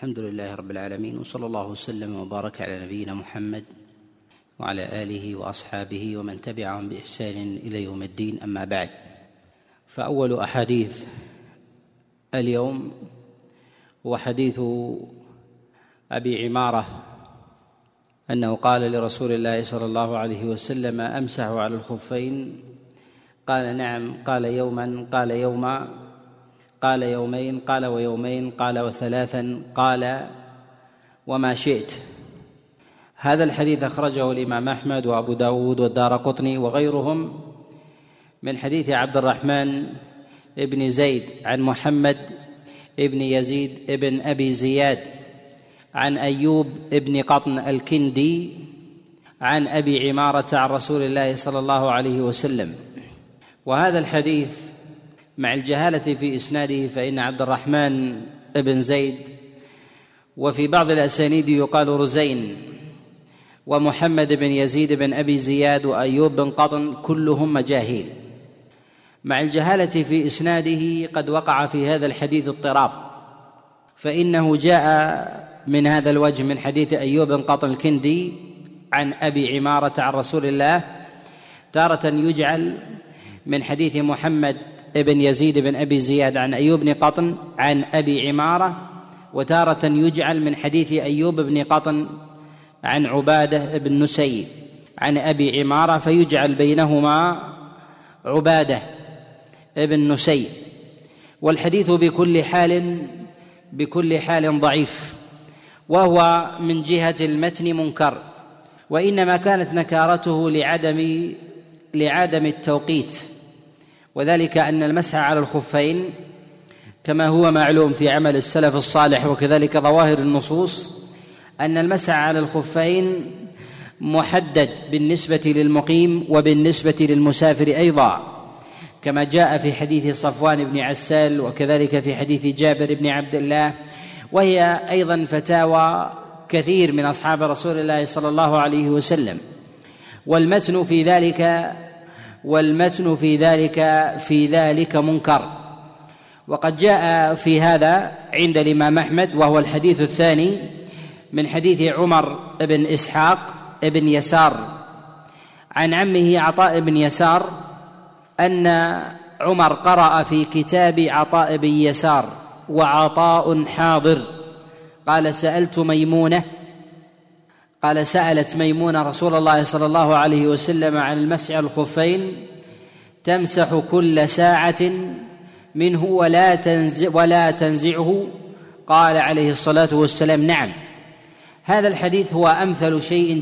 الحمد لله رب العالمين، وصلى الله وسلم وبارك على نبينا محمد وعلى آله وأصحابه ومن تبعهم بإحسان إلى يوم الدين. أما بعد، فأول أحاديث اليوم هو حديث أبي عمارة أنه قال لرسول الله صلى الله عليه وسلم: أمسح على الخفين؟ قال: نعم. قال: يوما؟ قال: يوما؟ قال: يومين؟ قال: ويومين؟ قال: وثلاثا؟ قال: وما شئت. هذا الحديث أخرجه الإمام أحمد وأبو داود والدارقطني وغيرهم من حديث عبد الرحمن ابن زيد عن محمد ابن يزيد ابن أبي زياد عن أيوب ابن قطن الكندي عن أبي عمارة عن رسول الله صلى الله عليه وسلم. وهذا الحديث مع الجهالة في إسناده، فإن عبد الرحمن ابن زيد وفي بعض الأسانيد يقال رزين، ومحمد بن يزيد بن أبي زياد وأيوب بن قطن كلهم مجاهيل. مع الجهالة في إسناده قد وقع في هذا الحديث اضطراب، فإنه جاء من هذا الوجه من حديث أيوب بن قطن الكندي عن أبي عمارة عن رسول الله، تارة يجعل من حديث محمد ابن يزيد بن أبي زياد عن أيوب بن قطن عن أبي عمارة، وتارة يجعل من حديث أيوب بن قطن عن عبادة بن نسي عن أبي عمارة، فيجعل بينهما عبادة بن نسي. والحديث بكل حال ضعيف، وهو من جهة المتن منكر، وإنما كانت نكارته لعدم التوقيت، وذلك أن المسح على الخفين كما هو معلوم في عمل السلف الصالح وكذلك ظواهر النصوص، أن المسح على الخفين محدد بالنسبة للمقيم وبالنسبة للمسافر أيضا، كما جاء في حديث صفوان بن عسال وكذلك في حديث جابر بن عبد الله، وهي أيضا فتاوى كثير من أصحاب رسول الله صلى الله عليه وسلم. والمتن في ذلك منكر. وقد جاء في هذا عند الإمام أحمد، وهو الحديث الثاني من حديث عمر بن إسحاق بن يسار عن عمه عطاء بن يسار أن عمر قرأ في كتاب عطاء بن يسار وعطاء حاضر، سألت ميمونة رسول الله صلى الله عليه وسلم عن المسح على الخفين: تمسح كل ساعة منه ولا تنزعه؟ قال عليه الصلاة والسلام: نعم. هذا الحديث هو أمثل شيء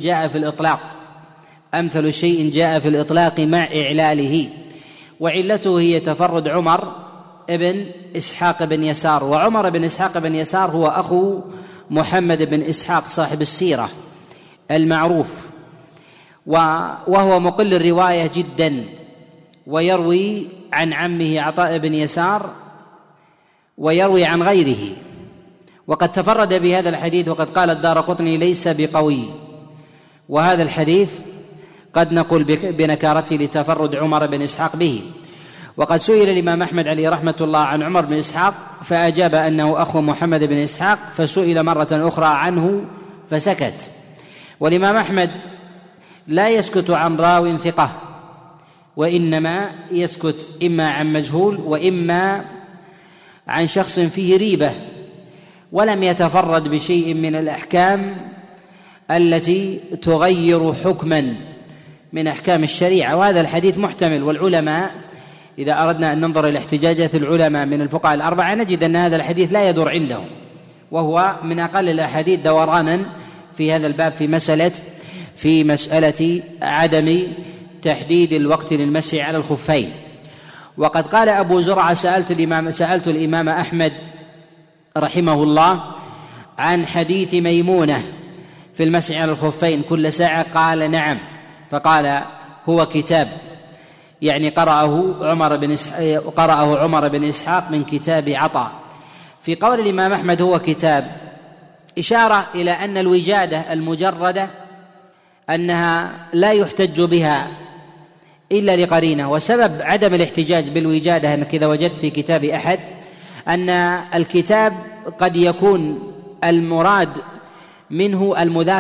جاء في الإطلاق مع إعلاله، وعلته هي تفرد عمر بن إسحاق بن يسار. وعمر بن إسحاق بن يسار هو أخو محمد بن إسحاق صاحب السيرة المعروف، وهو مقل الرواية جدا، ويروي عن عمه عطاء بن يسار ويروي عن غيره. وقد تفرد بهذا الحديث، وقد قال الدارقطني: ليس بقوي. وهذا الحديث قد نقول بنكارته لتفرد عمر بن إسحاق به. وقد سئل الإمام أحمد عليه رحمة الله عن عمر بن إسحاق فأجاب أنه أخو محمد بن إسحاق، فسئل مرة أخرى عنه فسكت. والإمام أحمد لا يسكت عن راو ثقة، وإنما يسكت إما عن مجهول وإما عن شخص فيه ريبة، ولم يتفرد بشيء من الأحكام التي تغير حكما من أحكام الشريعة. وهذا الحديث محتمل. والعلماء إذا أردنا أن ننظر إلى احتجاجات العلماء من الفقهاء الأربعة نجد أن هذا الحديث لا يدور عندهم، وهو من أقل الأحاديث دورانا في هذا الباب في مسألة عدم تحديد الوقت للمسح على الخفين. وقد قال أبو زرعة: سألت الإمام أحمد رحمه الله عن حديث ميمونة في المسح على الخفين كل ساعة؟ قال: نعم. فقال: هو كتاب، يعني قرأه عمر بن إسحاق من كتاب عطاء. في قول الإمام أحمد هو كتاب إشارة إلى أن الوجادة المجردة أنها لا يحتج بها إلا لقرينة. وسبب عدم الاحتجاج بالوجادة أنك إذا وجدت في كتاب أحد أن الكتاب قد يكون المراد منه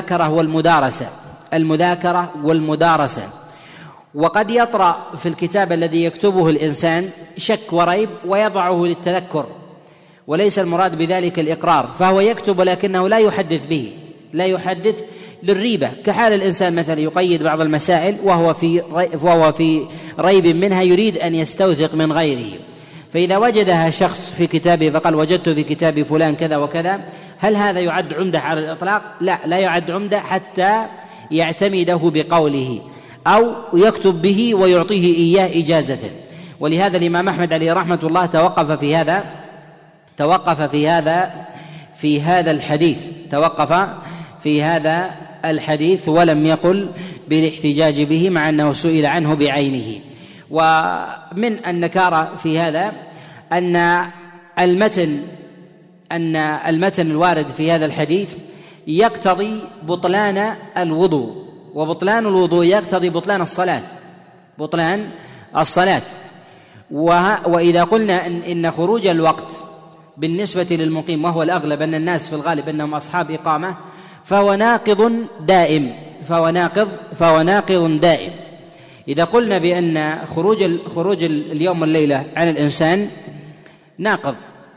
المذاكرة والمدارسة. وقد يطرأ في الكتاب الذي يكتبه الإنسان شك وريب ويضعه للتذكر، وليس المراد بذلك الإقرار، فهو يكتب ولكنه لا يحدث به، لا يحدث للريبة، كحال الإنسان مثلا يقيد بعض المسائل وهو في ريب منها يريد أن يستوثق من غيره، فإذا وجدها شخص في كتابه فقال وجدت في كتاب فلان كذا وكذا، هل هذا يعد عمدة على الإطلاق؟ لا يعد عمدة حتى يعتمده بقوله أو يكتب به ويعطيه إياه إجازة. ولهذا الإمام أحمد عليه رحمة الله توقف في هذا الحديث ولم يقل بالاحتجاج به، مع أنه سئل عنه بعينه. ومن النكارة في هذا أن المتن الوارد في هذا الحديث يقتضي بطلان الوضوء، وبطلان الوضوء يقتضي بطلان الصلاة. وإذا قلنا إن خروج الوقت بالنسبة للمقيم، وهو الأغلب أن الناس في الغالب أنهم أصحاب إقامة، فهو ناقض دائم. إذا قلنا بأن خروج اليوم والليلة عن الإنسان ناقض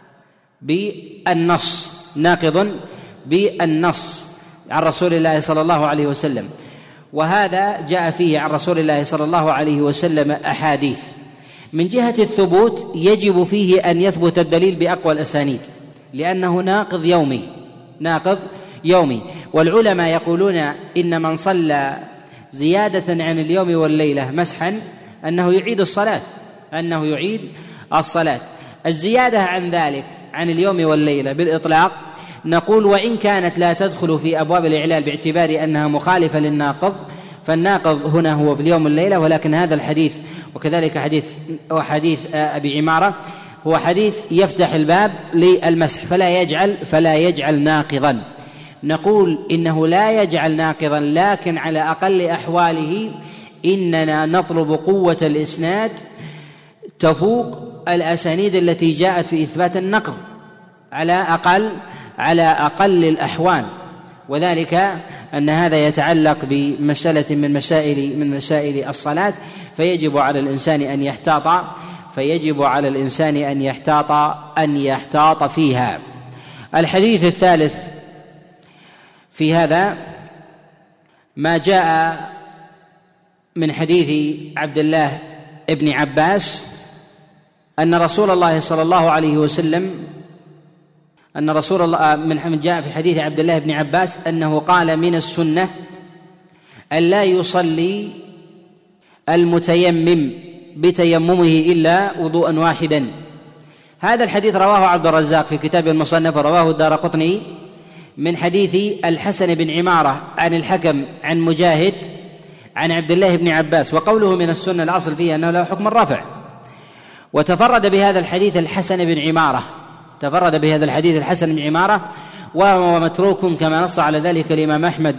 بالنص عن رسول الله صلى الله عليه وسلم، وهذا جاء فيه عن رسول الله صلى الله عليه وسلم أحاديث. من جهة الثبوت يجب فيه أن يثبت الدليل بأقوى الأسانيد، لأنه ناقض يومي. والعلماء يقولون إن من صلى زيادة عن اليوم والليلة مسحا أنه يعيد الصلاة. الزيادة عن ذلك عن اليوم والليلة بالإطلاق نقول وإن كانت لا تدخل في أبواب الإعلال باعتبار أنها مخالفة للناقض، فالناقض هنا هو في اليوم والليلة، ولكن هذا الحديث وكذلك حديث أبي عمارة هو حديث يفتح الباب للمسح، فلا يجعل ناقضا. نقول إنه لا يجعل ناقضا، لكن على أقل أحواله إننا نطلب قوة الإسناد تفوق الأسانيد التي جاءت في إثبات النقض على أقل الأحوال، وذلك أن هذا يتعلق بمسألة من مسائل الصلاة، فيجب على الإنسان أن يحتاط فيها. الحديث الثالث في هذا ما جاء من حديث عبد الله ابن عباس أن رسول الله صلى الله عليه وسلم من جاء في حديث عبد الله بن عباس أنه قال من السنة أن لا يصلي المتيمم بتيممه إلا وضوءا واحدا. هذا الحديث رواه عبد الرزاق في كتاب المصنف، ورواه الدارقطني من حديث الحسن بن عمارة عن الحكم عن مجاهد عن عبد الله بن عباس. وقوله من السنة الأصل فيه أنه له حكم الرفع. وتفرد بهذا الحديث الحسن بن عمارة وهو متروك كما نص على ذلك الإمام أحمد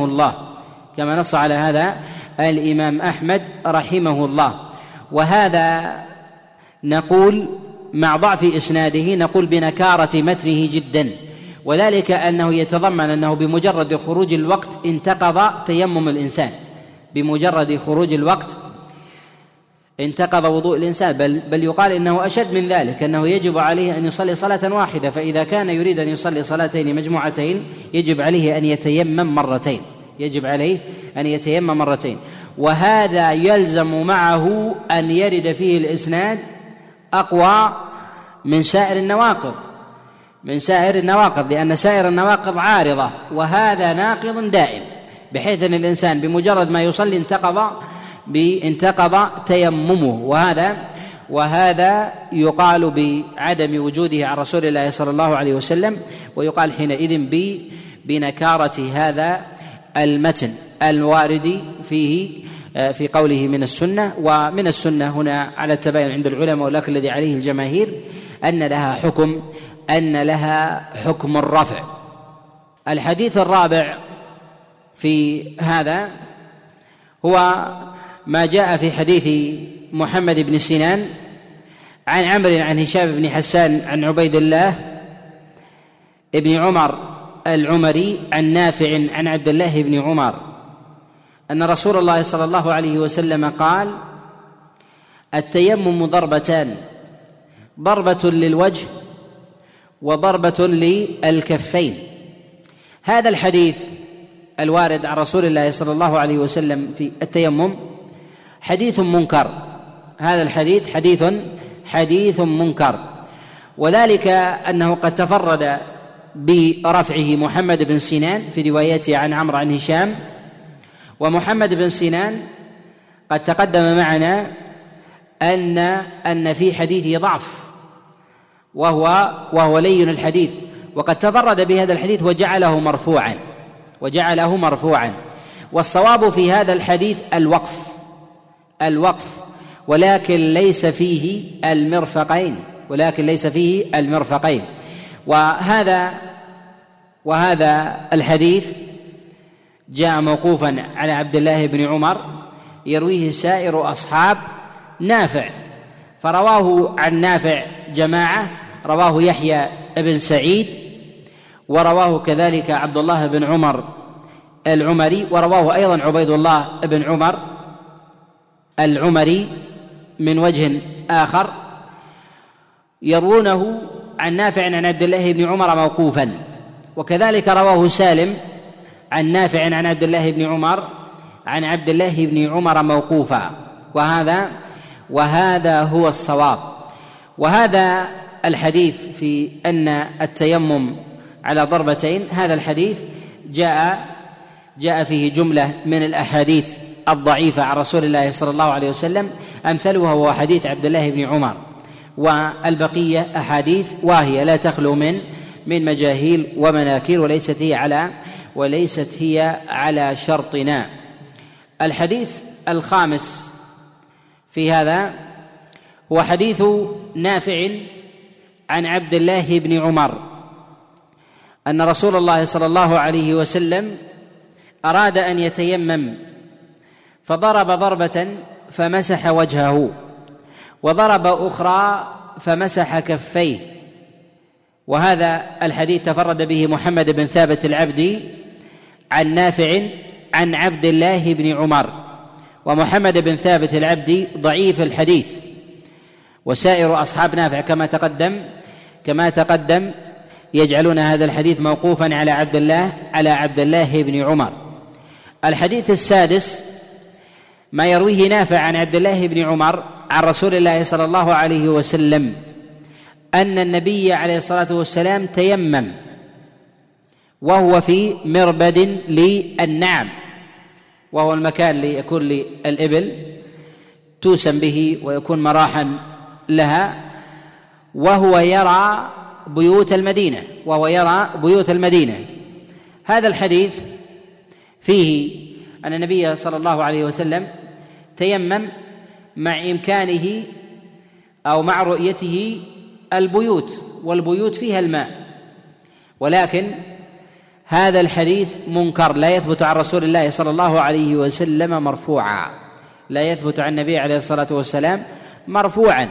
رحمه الله وهذا نقول مع ضعف إسناده نقول بنكارة متنه جدا، وذلك أنه يتضمن أنه بمجرد خروج الوقت انتقض تيمم الإنسان، بمجرد خروج الوقت انتقض وضوء الإنسان، بل يقال إنه أشد من ذلك، أنه يجب عليه أن يصلي صلاة واحدة، فإذا كان يريد أن يصلي صلاتين مجموعتين يجب عليه أن يتيمم مرتين. وهذا يلزم معه أن يرد فيه الإسناد أقوى من سائر النواقض، لأن سائر النواقض عارضة، وهذا ناقض دائم، بحيث أن الإنسان بمجرد ما يصلي انتقض تيممه، وهذا يقال بعدم وجوده عن رسول الله صلى الله عليه وسلم، ويقال حينئذ بنكارة هذا المتن الوارد فيه في قوله من السنة. ومن السنة هنا على التباين عند العلماء، ولكن الذي عليه الجماهير أن لها حكم الرفع. الحديث الرابع في هذا هو ما جاء في حديث محمد بن سنان عن عمرو عن هشام بن حسان عن عبيد الله ابن عمر العمري عن نافع عن عبد الله بن عمر أن رسول الله صلى الله عليه وسلم قال: التيمم ضربتان، ضربة للوجه وضربة للكفين. هذا الحديث الوارد عن رسول الله صلى الله عليه وسلم في التيمم حديث منكر. هذا الحديث حديث منكر، وذلك أنه قد تفرد برفعه محمد بن سنان في روايته عن عمرو عن هشام، ومحمد بن سنان قد تقدم معنا أن في حديثه ضعف، وهو لين الحديث، وقد تفرد بهذا الحديث وجعله مرفوعا. والصواب في هذا الحديث الوقف، ولكن ليس فيه المرفقين. وهذا الحديث جاء موقوفا على عبد الله بن عمر يرويه سائر أصحاب نافع، فرواه عن نافع جماعة، رواه يحيى بن سعيد، ورواه كذلك عبد الله بن عمر العمري، ورواه أيضا عبيد الله بن عمر العمري من وجه آخر، يروونه عن نافع عن عبد الله بن عمر موقوفا. وكذلك رواه سالم عن نافع عن عبد الله بن عمر عن عبد الله بن عمر موقوفا، وهذا هو الصواب. وهذا الحديث في أن التيمم على ضربتين، هذا الحديث جاء فيه جملة من الأحاديث الضعيفة عن رسول الله صلى الله عليه وسلم، أمثلها هو حديث عبد الله بن عمر، والبقية أحاديث واهية لا تخلو من مجاهيل ومناكير، وليست هي على شرطنا. الحديث الخامس في هذا هو حديث نافع عن عبد الله بن عمر أن رسول الله صلى الله عليه وسلم أراد أن يتيمم، فضرب ضربة فمسح وجهه، وضرب أخرى فمسح كفيه. وهذا الحديث تفرد به محمد بن ثابت العبدي عن نافع عن عبد الله بن عمر، ومحمد بن ثابت العبدي ضعيف الحديث، وسائر أصحاب نافع كما تقدم يجعلون هذا الحديث موقوفا على عبد الله بن عمر. الحديث السادس ما يرويه نافع عن عبد الله بن عمر عن رسول الله صلى الله عليه وسلم أن النبي عليه الصلاة والسلام تيمم وهو في مربد للنعم، وهو المكان اللي يكون للإبل توسم به ويكون مراحا لها، وهو يرى بيوت المدينة. هذا الحديث فيه أن النبي صلى الله عليه وسلم تيمم مع إمكانه أو مع رؤيته البيوت، والبيوت فيها الماء، ولكن هذا الحديث منكر، لا يثبت عن رسول الله صلى الله عليه وسلم مرفوعا، لا يثبت عن النبي عليه الصلاة والسلام مرفوعا.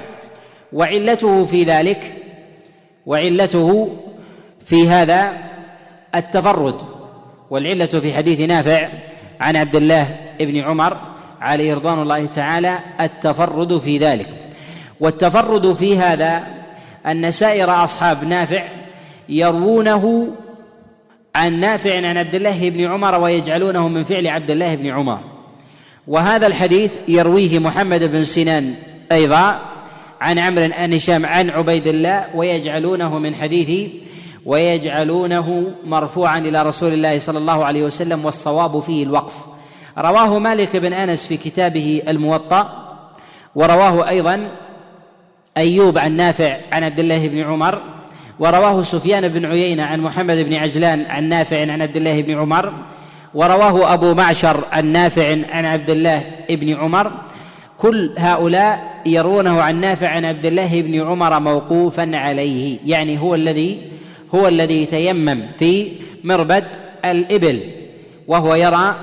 وعلته في هذا التفرد، والعلة في حديث نافع عن عبد الله بن عمر عليه رضوان الله تعالى التفرد في ذلك. والتفرد في هذا أن سائر أصحاب نافع يروونه عن نافع عن عبد الله بن عمر ويجعلونه من فعل عبد الله بن عمر. وهذا الحديث يرويه محمد بن سنان أيضا عن عمرو عن هشام عن عبيد الله، ويجعلونه من حديث ويجعلونه مرفوعا إلى رسول الله صلى الله عليه وسلم، والصواب فيه الوقف. رواه مالك بن أنس في كتابه الموطأ، ورواه أيضا أيوب عن نافع عن عبد الله بن عمر، ورواه سفيان بن عيينة عن محمد بن عجلان عن نافع عن عبد الله بن عمر، ورواه أبو معشر عن نافع عن عبد الله بن عمر. كل هؤلاء يرونه عن نافع عن عبد الله بن عمر موقوفا عليه، يعني هو الذي تيمم في مربد الإبل وهو يرى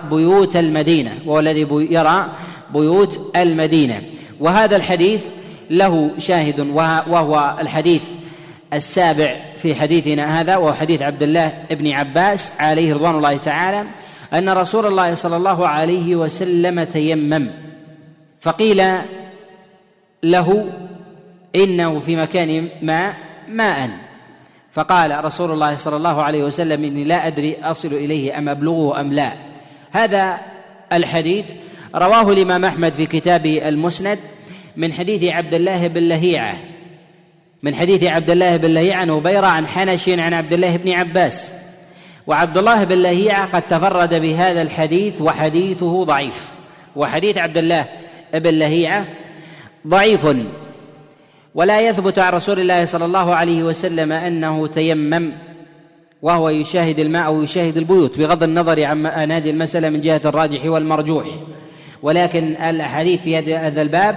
بيوت المدينة. وهذا الحديث له شاهد، وهو الحديث السابع في حديثنا هذا وهو حديث عبد الله بن عباس عليه رضوان الله تعالى أن رسول الله صلى الله عليه وسلم تيمم، فقيل له إنه في مكان ماء، فقال رسول الله صلى الله عليه وسلم إني لا أدري أصل إليه أم أبلغه أم لا. هذا الحديث رواه الإمام أحمد في كتابه المسند من حديث عبد الله بن لهيعة، من حديث عبد الله بن لهيعة عن أبيرة عن حنش عن عبد الله بن عباس. وعبد الله بن لهيعة قد تفرد بهذا الحديث وحديثه ضعيف، وحديث عبد الله بن لهيعة ضعيف، ولا يثبت عن رسول الله صلى الله عليه وسلم أنه تيمم وهو يشاهد الماء أو يشاهد البيوت، بغض النظر عن هذه المسألة من جهة الراجح والمرجوح، ولكن الأحاديث في هذا الباب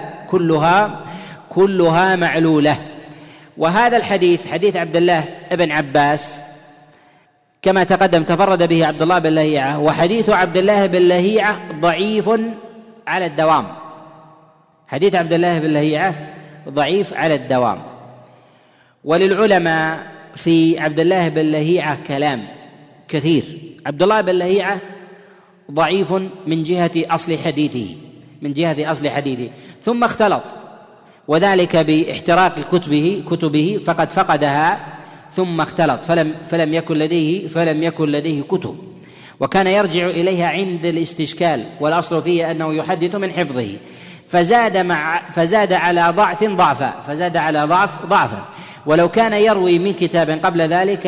كلها معلولة. وهذا الحديث حديث عبد الله بن عباس كما تقدم تفرد به عبد الله بن لهيعة، وحديث عبد الله بن لهيعة ضعيف على الدوام، حديث عبد الله بن لهيعة ضعيف على الدوام. وللعلماء في عبد الله بن لهيعة كلام كثير. عبد الله بن لهيعة ضعيف من جهة أصل حديثه، ثم اختلط، وذلك باحتراق كتبه فقد فقدها ثم اختلط فلم يكن لديه كتب، وكان يرجع إليها عند الاستشكال، والأصل فيه أنه يحدث من حفظه، فزاد على ضعف ضعفا. ولو كان يروي من كتاب قبل ذلك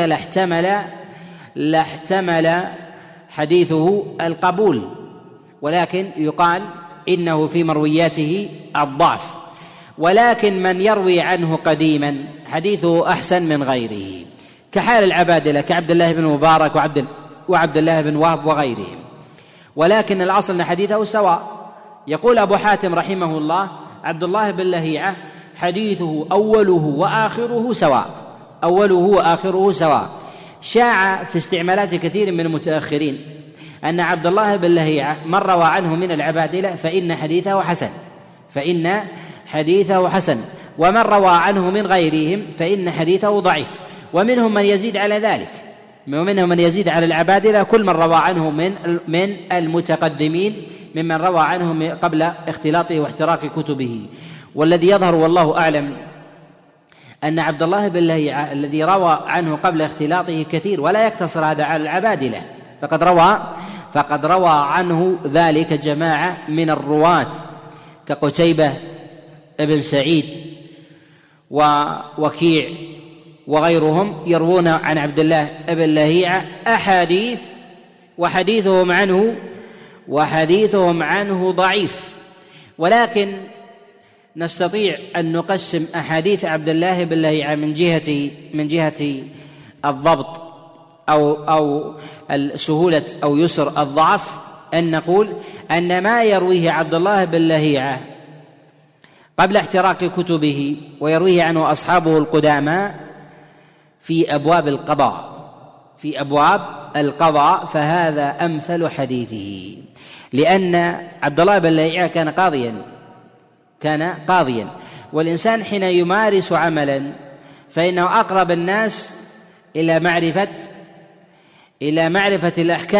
لاحتمل حديثه القبول، ولكن يقال إنه في مروياته الضعف. ولكن من يروي عنه قديما حديثه أحسن من غيره، كحال العبادلة كعبد الله بن مبارك وعبد الله بن وهب وغيرهم. ولكن الأصل أن حديثه سواء. يقول أبو حاتم رحمه الله: عبد الله بن لهيعة حديثه أوله وآخره سواء. شاع في استعمالات كثير من المتأخرين أن عبد الله بن لهيعة من روى عنه من العبادلة فإن حديثه حسن، ومن روى عنه من غيرهم فإن حديثه ضعيف. ومنهم من يزيد على ذلك، ومنهم من يزيد على العبادلة كل من روى عنه من المتقدمين ممن روى عنه قبل اختلاطه واحتراق كتبه. والذي يظهر والله أعلم أن عبد الله بن لهيعة الذي روى عنه قبل اختلاطه كثير، ولا يقتصر هذا على العبادلة، فقد روى عنه ذلك جماعة من الرواة كقتيبة ابن سعيد ووكيع وغيرهم يروون عن عبد الله بن لهيعة أحاديث وحديثهم عنه ضعيف. ولكن نستطيع أن نقسم أحاديث عبد الله بن لهيعة من جهة الضبط أو سهولة أو يسر الضعف، أن نقول أن ما يرويه عبد الله بن لهيعة قبل احتراق كتبه ويرويه عنه أصحابه القدامى في أبواب القضاء فهذا أمثل حديثه، لأن عبد الله بن لهيعة كان قاضيا، والإنسان حين يمارس عملا فإنه أقرب الناس إلى معرفة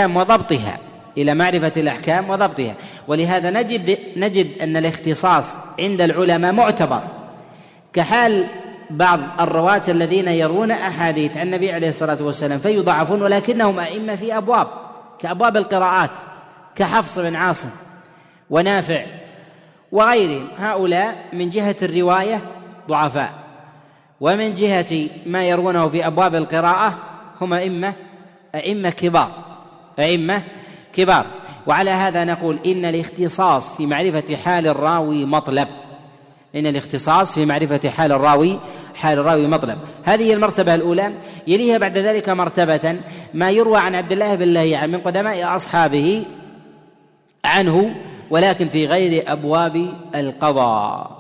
الأحكام وضبطها، ولهذا نجد أن الاختصاص عند العلماء معتبر، كحال بعض الرواة الذين يروون أحاديث عن النبي عليه الصلاة والسلام فيضعفون، ولكنهم أئمة في أبواب كأبواب القراءات كحفص بن عاصم ونافع وغيرهم. هؤلاء من جهة الرواية ضعفاء، ومن جهة ما يرونه في أبواب القراءة هم أئمة كبار. وعلى هذا نقول إن الاختصاص في معرفة حال الراوي مطلب. هذه المرتبة الأولى. يليها بعد ذلك مرتبة ما يروى عن عبد الله بن لهيعة من قدماء أصحابه عنه ولكن في غير أبواب القضاء،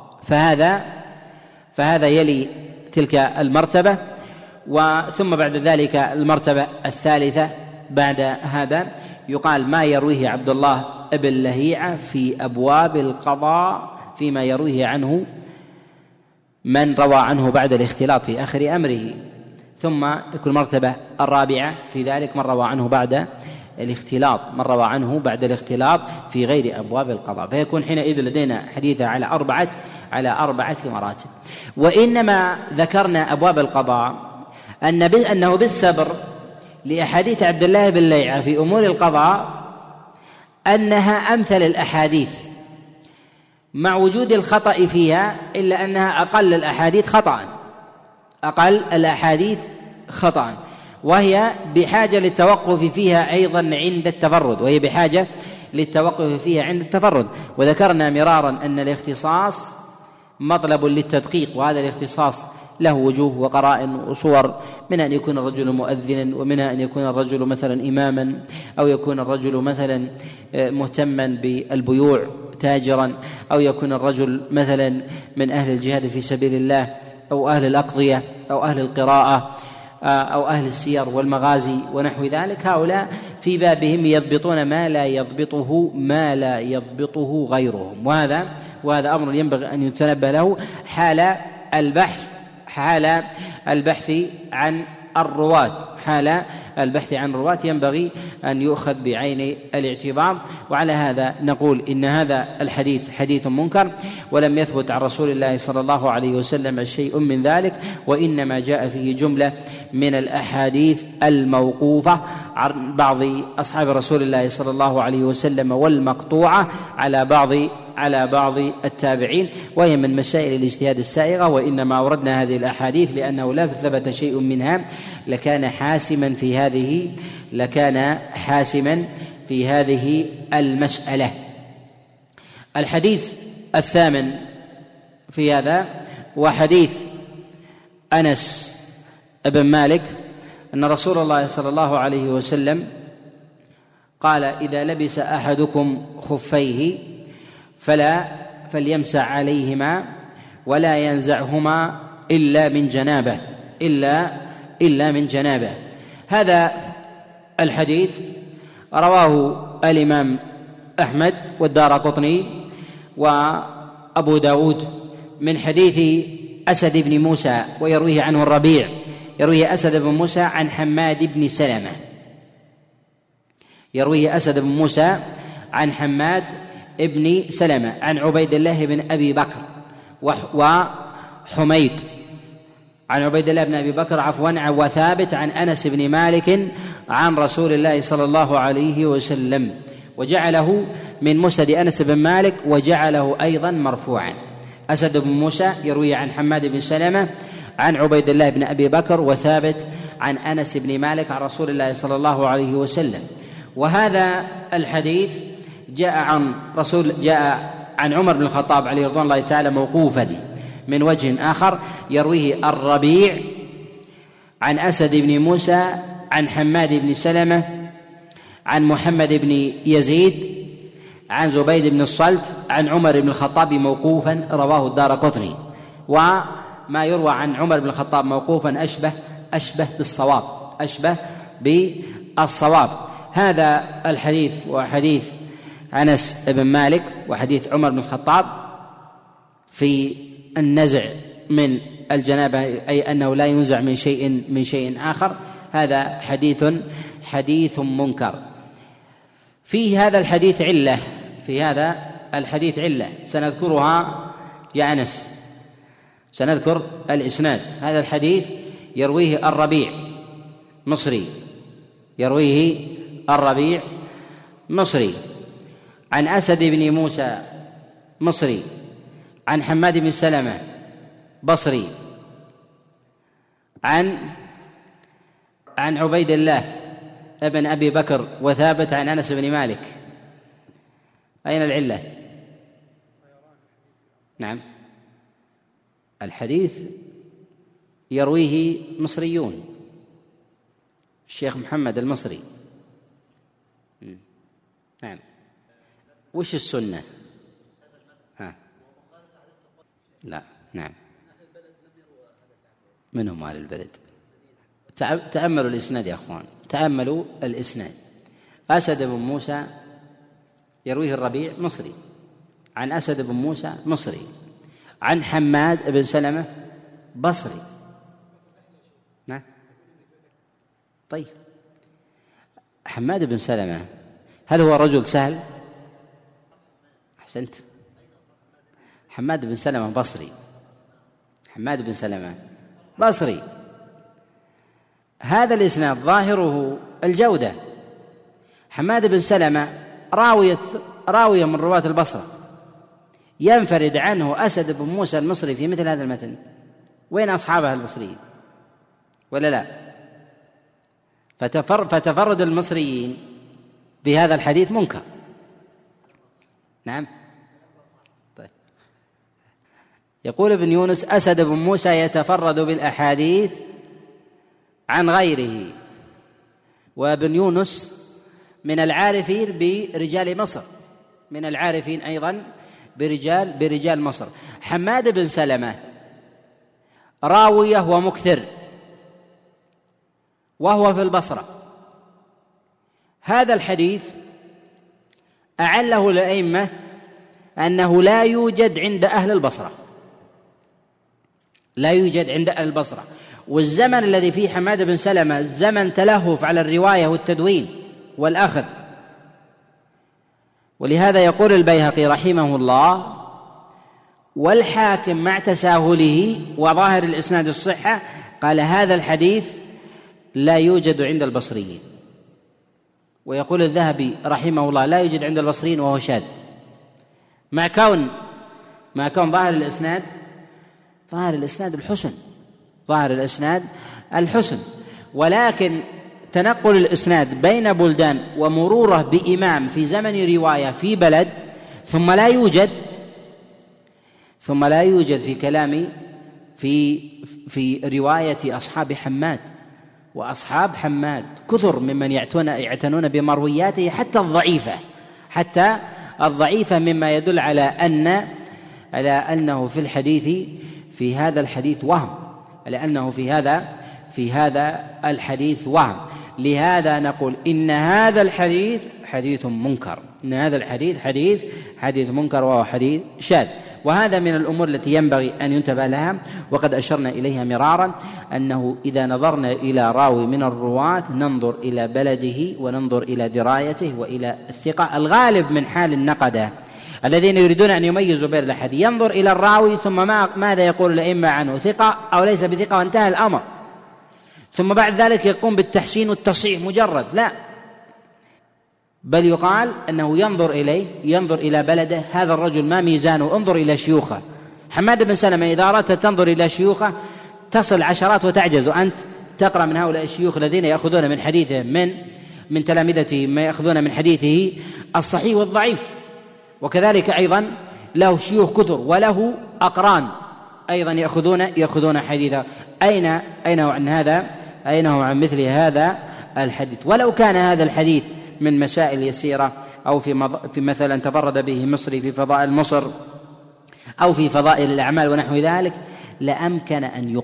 فهذا يلي تلك المرتبة. ثم بعد ذلك المرتبة الثالثة بعد هذا يقال ما يرويه عبد الله بن لهيعة في أبواب القضاء فيما يرويه عنه من روى عنه بعد الاختلاط في آخر أمره. ثم يكون المرتبة الرابعة في ذلك من روى عنه بعد الاختلاط، من روى عنه بعد الاختلاط في غير أبواب القضاء، فيكون حينئذ لدينا حديثا على أربعة مراتب. وإنما ذكرنا أبواب القضاء أنه بالسبر لأحاديث عبد الله بن ليعة في أمور القضاء أنها أمثل الأحاديث مع وجود الخطأ فيها، إلا أنها أقل الأحاديث خطأ، وهي بحاجة للتوقف فيها أيضا عند التفرد. وذكرنا مرارا أن الاختصاص مطلب للتدقيق، وهذا الاختصاص له وجوه وقرائن وصور، من أن يكون الرجل مؤذنا، ومنها أن يكون الرجل مثلا إماما، أو يكون الرجل مثلا مهتما بالبيوع تاجرا، أو يكون الرجل مثلا من أهل الجهاد في سبيل الله، أو أهل الأقضية، أو أهل القراءة، أو أهل السير والمغازي ونحو ذلك. هؤلاء في بابهم يضبطون ما لا يضبطه غيرهم، وهذا أمر ينبغي أن يتنبه له حال البحث عن الرواة ينبغي أن يؤخذ بعين الاعتبار. وعلى هذا نقول إن هذا الحديث حديث منكر، ولم يثبت عن رسول الله صلى الله عليه وسلم شيء من ذلك، وإنما جاء فيه جملة من الأحاديث الموقوفة عن بعض أصحاب رسول الله صلى الله عليه وسلم، والمقطوعة على بعض التابعين، وهي من مسائل الاجتهاد السائغة. وإنما أوردنا هذه الأحاديث لأنه لا ثبت شيء منها لكان حاسما في هذه المسألة. الحديث الثامن في هذا وحديث أنس بن مالك أن رسول الله صلى الله عليه وسلم قال: إذا لبس أحدكم خفيه فليمسح عليهما ولا ينزعهما إلا من جنابه. هذا الحديث رواه الإمام أحمد والدارقطني وأبو داود من حديث أسد بن موسى، ويرويه عنه الربيع، يرويه أسد بن موسى عن حماد بن سلمة، يرويه أسد بن موسى عن حماد ابن سلمة عن عبيد الله بن أبي بكر وحميد عن عبيد الله بن أبي بكر وثابت عن أنس بن مالك عن رسول الله صلى الله عليه وسلم، وجعله من مسند أنس بن مالك، وجعله أيضا مرفوعا. أسد بن موسى يروي عن حماد بن سلمة عن عبيد الله بن أبي بكر وثابت عن أنس بن مالك عن رسول الله صلى الله عليه وسلم. وهذا الحديث جاء عن عمر بن الخطاب عليه رضوان الله تعالى موقوفا من وجه آخر، يرويه الربيع عن أسد بن موسى عن حماد بن سلمة عن محمد بن يزيد عن زبيد بن الصلت عن عمر بن الخطاب موقوفا، رواه الدارقطني. وما يروى عن عمر بن الخطاب موقوفا أشبه بالصواب. هذا الحديث وحديث أنس بن مالك وحديث عمر بن الخطاب في النزع من الجنابة، أي أنه لا ينزع من شيء آخر، هذا حديث منكر. في هذا الحديث علة سنذكرها يا أنس، سنذكر الإسناد. هذا الحديث يرويه الربيع مصري عن أسد بن موسى مصري عن حماد بن سلمة بصري عن عبيد الله ابن أبي بكر وثابت عن أنس بن مالك. أين العلة؟ نعم، الحديث يرويه مصريون، الشيخ محمد المصري. نعم. وش السنة؟ لا، نعم. من هم أهل البلد؟ تأملوا الإسناد يا أخوان، تأملوا الإسناد. أسد بن موسى يرويه الربيع مصري عن أسد بن موسى مصري عن حماد بن سلمة بصري. نعم. طيب، حماد بن سلمة هل هو رجل سهل؟ أحسنت، حماد بن سلمة بصري، حماد بن سلمة بصري. هذا الإسناد ظاهره الجودة. حماد بن سلمة راوية من رواة البصرة، ينفرد عنه أسد بن موسى المصري في مثل هذا المتن. وين أصحابه البصريين ولا لا؟ فتفرد المصريين بهذا الحديث منكر. نعم. طيب. يقول ابن يونس: أسد بن موسى يتفرد بالأحاديث عن غيره. وابن يونس من العارفين برجال مصر، من العارفين أيضا برجال مصر. حماد بن سلمة راوية ومكثر، وهو في البصرة. هذا الحديث أعله الأئمة أنه لا يوجد عند أهل البصرة، لا يوجد عند أهل البصرة. والزمن الذي فيه حماد بن سلمة زمن تلهف على الرواية والتدوين والأخذ. ولهذا يقول البيهقي رحمه الله: والحاكم مع تساهله وظاهر الإسناد الصحة، قال هذا الحديث لا يوجد عند البصريين. ويقول الذهبي رحمه الله: لا يوجد عند البصريين وهو شاذ، مع كون ظاهر الإسناد الحسن، ظاهر الإسناد الحسن. ولكن تنقل الإسناد بين بلدان ومروره بإمام في زمن رواية في بلد ثم لا يوجد في كلام في رواية أصحاب حماد. وأصحاب حماد كثر ممن يعتنون بمروياته حتى الضعيفة، مما يدل على أنه في الحديث، في هذا الحديث وهم، لأنه في هذا الحديث وهم. لهذا نقول إن هذا الحديث حديث منكر، إن هذا الحديث حديث منكر، وهو حديث شاذ. وهذا من الأمور التي ينبغي أن ينتبه لها، وقد أشرنا إليها مرارا، أنه إذا نظرنا إلى راوي من الرواة ننظر إلى بلده وننظر إلى درايته وإلى الثقة. الغالب من حال النقدة الذين يريدون أن يميزوا بين الأحاديث ينظر إلى الراوي ثم ماذا يقول الأئمة عنه، ثقة أو ليس بثقة، وانتهى الأمر. ثم بعد ذلك يقوم بالتحسين والتصحيح مجرد، لا، بل يقال أنه ينظر إلى بلده. هذا الرجل ما ميزانه، انظر إلى شيوخه. حماد بن سلمة إذا أردت تنظر إلى شيوخه تصل عشرات وتعجز، وأنت تقرأ من هؤلاء الشيوخ الذين يأخذون من حديثه من تلامذته ما يأخذون من حديثه الصحيح والضعيف. وكذلك أيضا له شيوخ كثر وله أقران أيضا يأخذون حديثه. أين هو عن مثل هذا الحديث؟ ولو كان هذا الحديث من مسائل يسيرة، أو في مثلا تفرد به مصري في فضائل مصر أو في فضائل الأعمال ونحو ذلك، لأمكن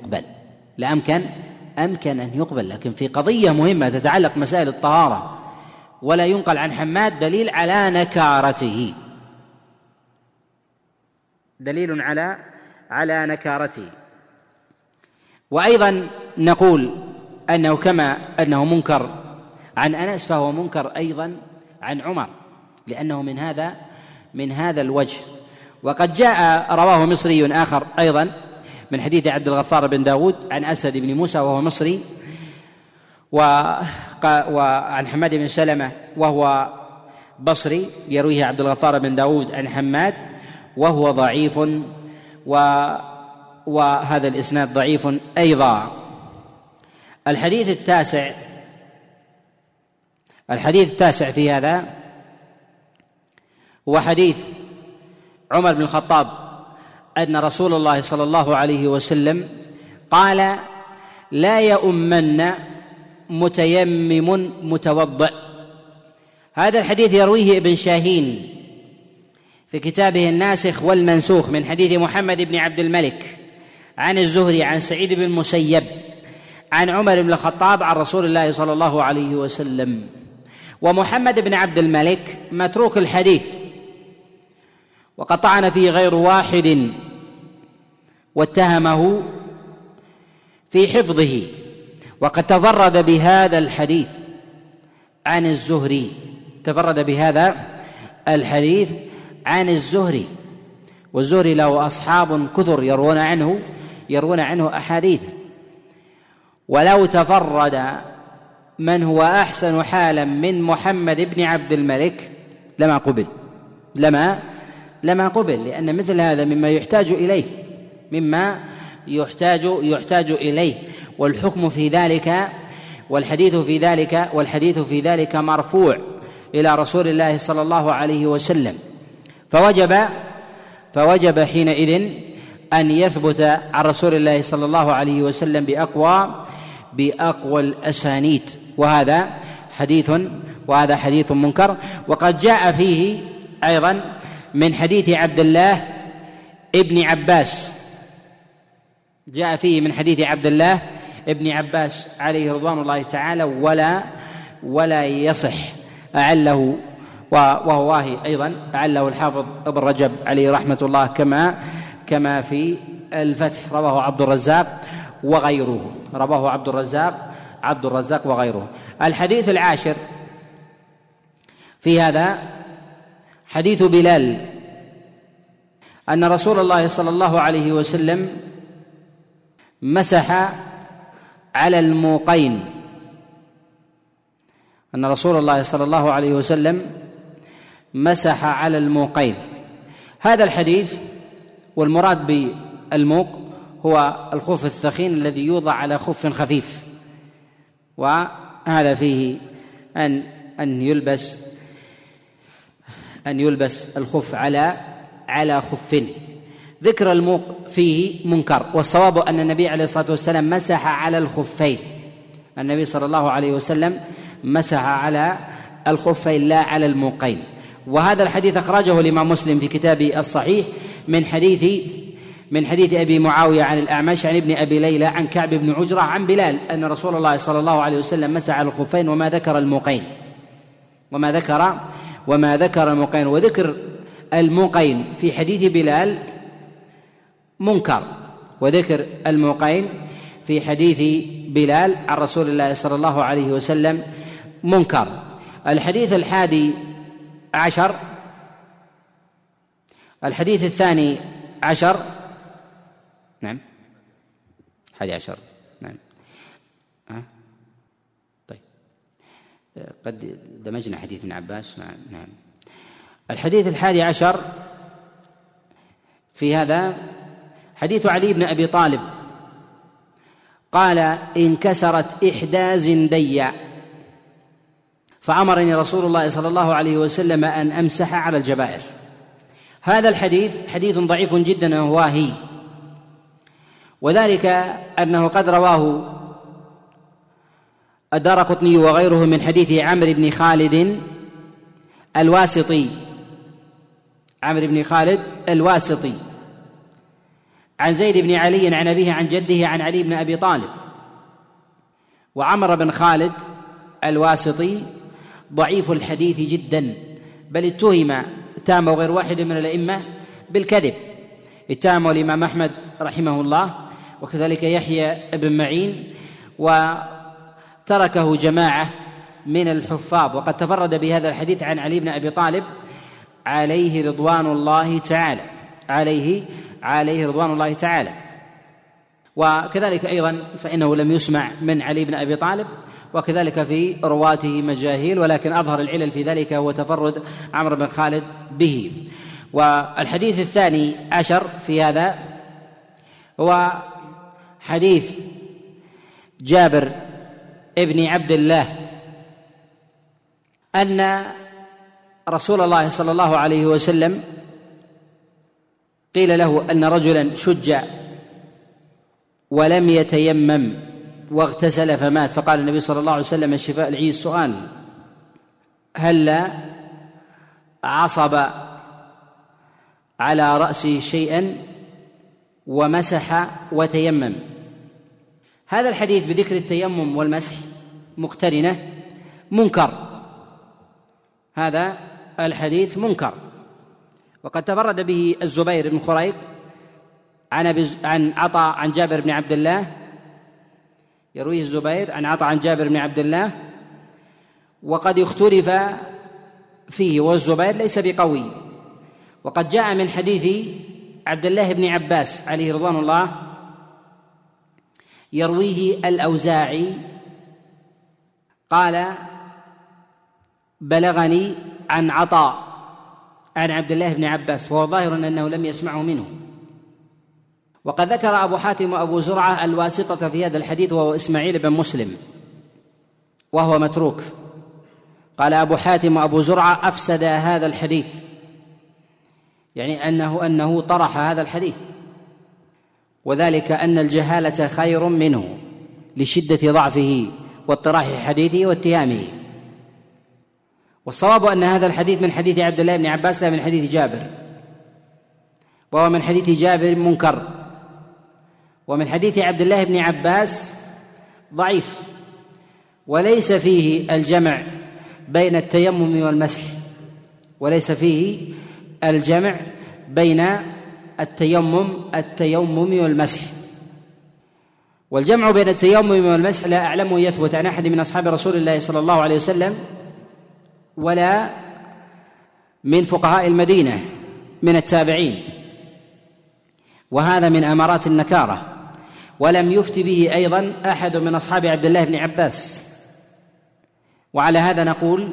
أن يقبل. لكن في قضية مهمة تتعلق مسائل الطهارة ولا ينقل عن حماد دليل على نكارته. وأيضا نقول أنه كما أنه منكر عن أنس، فهو منكر أيضا عن عمر، لأنه من هذا الوجه. وقد جاء رواه مصري آخر أيضا من حديث عبد الغفار بن داود عن أسد بن موسى وهو مصري، وعن حماد بن سلمة وهو بصري، يرويه عبد الغفار بن داود عن حماد وهو ضعيف، وهذا الإسناد ضعيف أيضا. الحديث التاسع في هذا هو حديث عمر بن الخطاب أن رسول الله صلى الله عليه وسلم قال: لا يؤمن متيمم متوضئ. هذا الحديث يرويه ابن شاهين في كتابه الناسخ والمنسوخ من حديث محمد بن عبد الملك عن الزهري عن سعيد بن المسيب عن عمر بن الخطاب عن رسول الله صلى الله عليه وسلم. ومحمد بن عبد الملك متروك الحديث، وقد طعن فيه غير واحد واتهمه في حفظه، وقد تفرد بهذا الحديث عن الزهري، تفرد بهذا الحديث عن الزهري، والزهري له أصحاب كثر يروون عنه أحاديث. ولو تفرد من هو أحسن حالا من محمد بن عبد الملك لما قبل، لأن مثل هذا مما يحتاج إليه، والحكم في ذلك والحديث في ذلك مرفوع إلى رسول الله صلى الله عليه وسلم، فوجب حينئذ أن يثبت عن رسول الله صلى الله عليه وسلم بأقوى الأسانيد، وهذا حديث منكر. وقد جاء فيه أيضا من حديث عبد الله ابن عباس، عليه رضوان الله تعالى، ولا يصح، أعله وهو واهي أيضا، أعله الحافظ ابن رجب عليه رحمة الله كما في الفتح. رواه عبد الرزاق وغيره. الحديث العاشر في هذا حديث بلال أن رسول الله صلى الله عليه وسلم مسح على الموقين، مسح على الموقين. هذا الحديث، والمراد بالموق هو الخف الثخين الذي يوضع على خف خفيف، وهذا فيه أن يلبس الخف على خف. ذكر الموق فيه منكر، والصواب أن النبي عليه الصلاة والسلام مسح على الخفين، النبي صلى الله عليه وسلم مسح على الخفين لا على الموقين. وهذا الحديث أخرجه الإمام مسلم في كتابه الصحيح من حديث أبي معاوية عن الأعمش عن ابن أبي ليلى عن كعب بن عجرة عن بلال أن رسول الله صلى الله عليه وسلم مسح على الخفين وما ذكر الموقين. وذكر الموقين في حديث بلال منكر، وذكر الموقين في حديث بلال عن رسول الله صلى الله عليه وسلم منكر. الحديث الحادي عشر، الحديث الثاني عشر، نعم 11، نعم طيب، قد دمجنا حديث ابن عباس، نعم. الحديث الحادي عشر في هذا حديث علي بن أبي طالب قال: انكسرت إحدى زندي فأمرني رسول الله صلى الله عليه وسلم أن أمسح على الجبائر. هذا الحديث حديث ضعيف جدا واهي، وذلك أنه قد رواه الدارقطني وغيره من حديث عمرو بن خالد الواسطي عن زيد بن علي عن أبيه عن جده عن علي بن أبي طالب. وعمر بن خالد الواسطي ضعيف الحديث جدا، بل اتهم غير واحد من الأئمة بالكذب، اتهمه الإمام أحمد رحمه الله، وكذلك يحيى بن معين، وتركه جماعة من الحفاظ. وقد تفرد بهذا الحديث عن علي بن أبي طالب عليه رضوان الله تعالى، وكذلك أيضا فإنه لم يسمع من علي بن أبي طالب، وكذلك في رواته مجاهيل، ولكن أظهر العلل في ذلك هو تفرد عمرو بن خالد به. والحديث الثاني عشر في هذا هو حديث جابر ابن عبد الله أن رسول الله صلى الله عليه وسلم قيل له أن رجلا شج ولم يتيمم واغتسل فمات، فقال النبي صلى الله عليه وسلم: الشفاء العي السؤال، هل عصب على رأسه شيئا ومسح وتيمم. هذا الحديث بذكر التيمم والمسح مقترنة منكر، هذا الحديث منكر. وقد تفرد به الزبير بن خريق عن عطاء عن جابر بن عبد الله يرويه الزبير عن عطاء عن جابر بن عبد الله، وقد اختلف فيه، والزبير ليس بقوي. وقد جاء من حديث عبد الله بن عباس عليه رضوان الله يرويه الأوزاعي قال: بلغني عن عطاء عن عبد الله بن عباس، وهو ظاهر أنه لم يسمعه منه. وقد ذكر أبو حاتم وأبو زرعة الواسطة في هذا الحديث، وهو إسماعيل بن مسلم، وهو متروك. قال أبو حاتم وأبو زرعة: أفسد هذا الحديث، يعني أنه طرح هذا الحديث، وذلك أن الجهالة خير منه لشدة ضعفه واطراح حديثه واتهامه. والصواب أن هذا الحديث من حديث عبد الله بن عباس لا من حديث جابر، وهو من حديث جابر منكر، ومن حديث عبد الله بن عباس ضعيف، وليس فيه الجمع بين التيمم والمسح، وليس فيه الجمع بين التيمم والمسح. والجمع بين التيمم والمسح لا أعلمه يثبت عن أحد من أصحاب رسول الله صلى الله عليه وسلم ولا من فقهاء المدينة من التابعين، وهذا من أمارات النكارة. ولم يفت به أيضا أحد من أصحاب عبد الله بن عباس. وعلى هذا نقول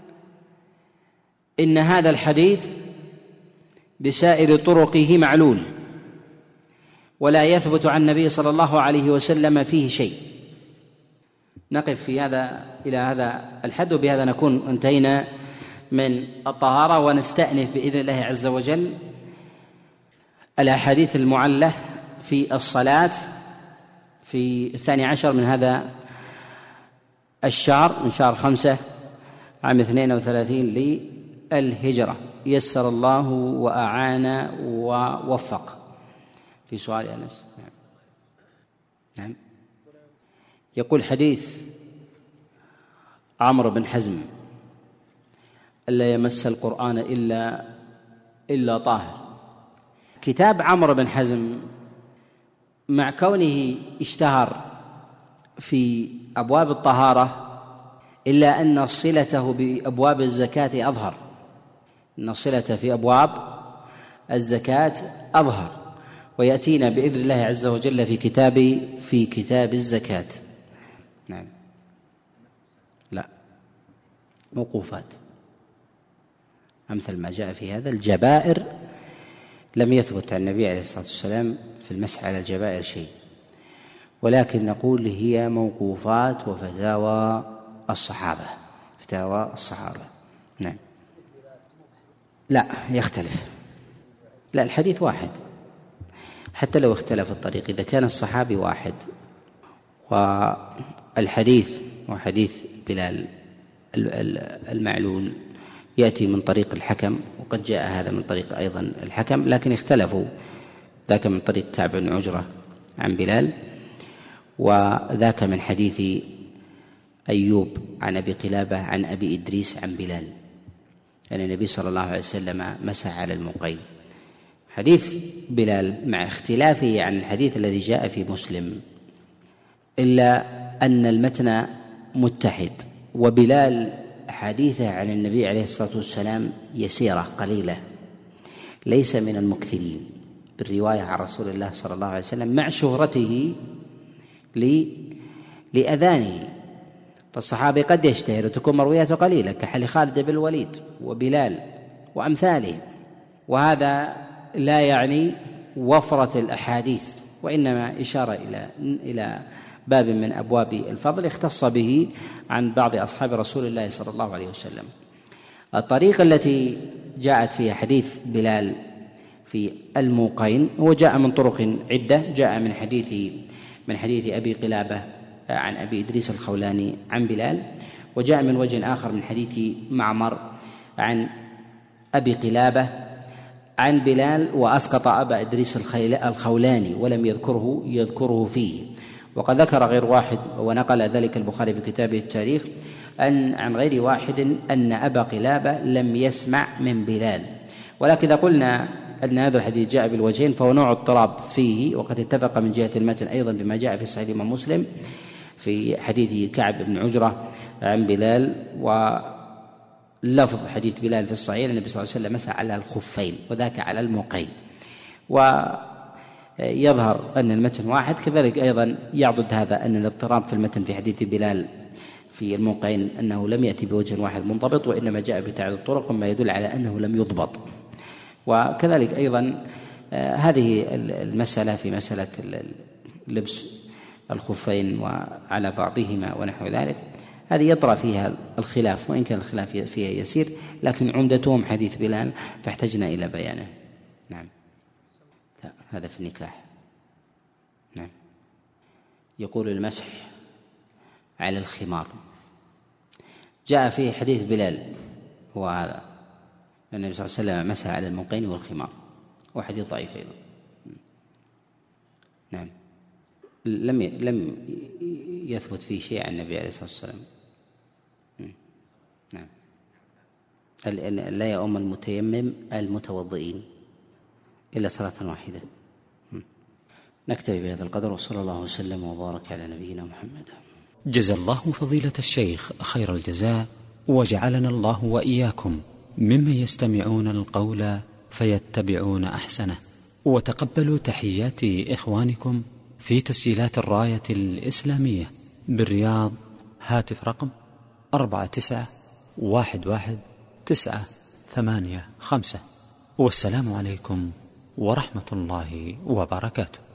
إن هذا الحديث بسائر طرقه معلول، ولا يثبت عن النبي صلى الله عليه وسلم فيه شيء. نقف في هذا إلى هذا الحد، وبهذا نكون انتهينا من الطهارة، ونستأنف بإذن الله عز وجل الأحاديث المعلة في الصلاة في 12 من هذا الشهر، من شهر 5 عام 32 للهجرة. يسر الله وأعان ووفق. في سؤال يا أنس؟ نعم. يقول: حديث عمرو بن حزم ألا يمس القرآن إلا طاهر. كتاب عمرو بن حزم مع كونه اشتهر في أبواب الطهارة، إلا أن صلته بأبواب الزكاة أظهر، أن الصلة في أبواب الزكاة أظهر، ويأتينا بإذن الله عز وجل في كتاب الزكاة. نعم. لا، موقوفات أمثل ما جاء في هذا. الجبائر لم يثبت عن النبي عليه الصلاة والسلام في المسح على الجبائر شيء، ولكن نقول هي موقوفات وفتاوى الصحابة، فتاوى الصحابة. نعم. لا، يختلف. لا، الحديث واحد حتى لو اختلف الطريق، إذا كان الصحابي واحد والحديث وحديث بلال المعلول يأتي من طريق الحكم، وقد جاء هذا من طريق أيضا الحكم، لكن اختلفوا، ذاك من طريق كعب بن عجرة عن بلال، وذاك من حديث أيوب عن أبي قلابة عن أبي إدريس عن بلال، أن النبي صلى الله عليه وسلم مسح على الموقين. حديث بلال مع اختلافه عن الحديث الذي جاء في مسلم، إلا أن المتن متحد، وبلال حديثه عن النبي عليه الصلاة والسلام يسيرة قليلة، ليس من المكثرين بالرواية عن رسول الله صلى الله عليه وسلم، مع شهرته لأذانه. فالصحابي قد يشتهر وتكون مروياته قليلة كحال خالد بن الوليد وبلال وأمثاله، وهذا لا يعني وفرة الأحاديث، وإنما إشارة إلى باب من أبواب الفضل اختص به عن بعض أصحاب رسول الله صلى الله عليه وسلم. الطريقة التي جاءت فيها حديث بلال في الموقين هو جاء من طرق عدة، جاء من حديث أبي قلابة عن أبي إدريس الخولاني عن بلال، وجاء من وجه آخر من حديث معمر عن أبي قلابة عن بلال، وأسقط أبا إدريس الخولاني ولم يذكره فيه. وقد ذكر غير واحد، ونقل ذلك البخاري في كتابه التاريخ عن غير واحد أن أبا قلابة لم يسمع من بلال. ولكن إذا قلنا أن هذا الحديث جاء بالوجهين فهو نوع اضطراب فيه، وقد اتفق من جهة المتن أيضا بما جاء في صحيح الإمام مسلم، في حديث كعب بن عجرة عن بلال، ولفظ حديث بلال في الصحيح النبي صلى الله عليه وسلم مسح على الخفين وذاك على الموقين، ويظهر أن المتن واحد. كذلك أيضا يعضد هذا أن الاضطراب في المتن في حديث بلال في الموقين أنه لم يأتي بوجه واحد منضبط، وإنما جاء بتعدد الطرق، مما يدل على أنه لم يضبط. وكذلك أيضا هذه المسألة في مسألة لبس الخفين وعلى بعضهما ونحو ذلك، هذه يطرأ فيها الخلاف، وإن كان الخلاف فيها يسير، لكن عمدتهم حديث بلال فاحتجنا إلى بيانه. نعم. هذا في النكاح. نعم. يقول المسح على الخمار جاء فيه حديث بلال، هو هذا النبي صلى الله عليه وسلم مسح على الموقين والخمار، وحديث ضعيف أيضا. نعم. لم يثبت فيه شيء عن النبي عليه الصلاة والسلام. نعم. لا يؤم المتيمم المتوضئين إلا صلاة واحدة. نكتفي بهذا القدر، وصلى الله وسلم وبارك على نبينا محمد. جزا الله فضيلة الشيخ خير الجزاء، وجعلنا الله وإياكم ممن يستمعون القول فيتبعون أحسنه. وتقبلوا تحيات إخوانكم في تسجيلات الراية الإسلامية بالرياض، هاتف رقم 49111985. والسلام عليكم ورحمة الله وبركاته.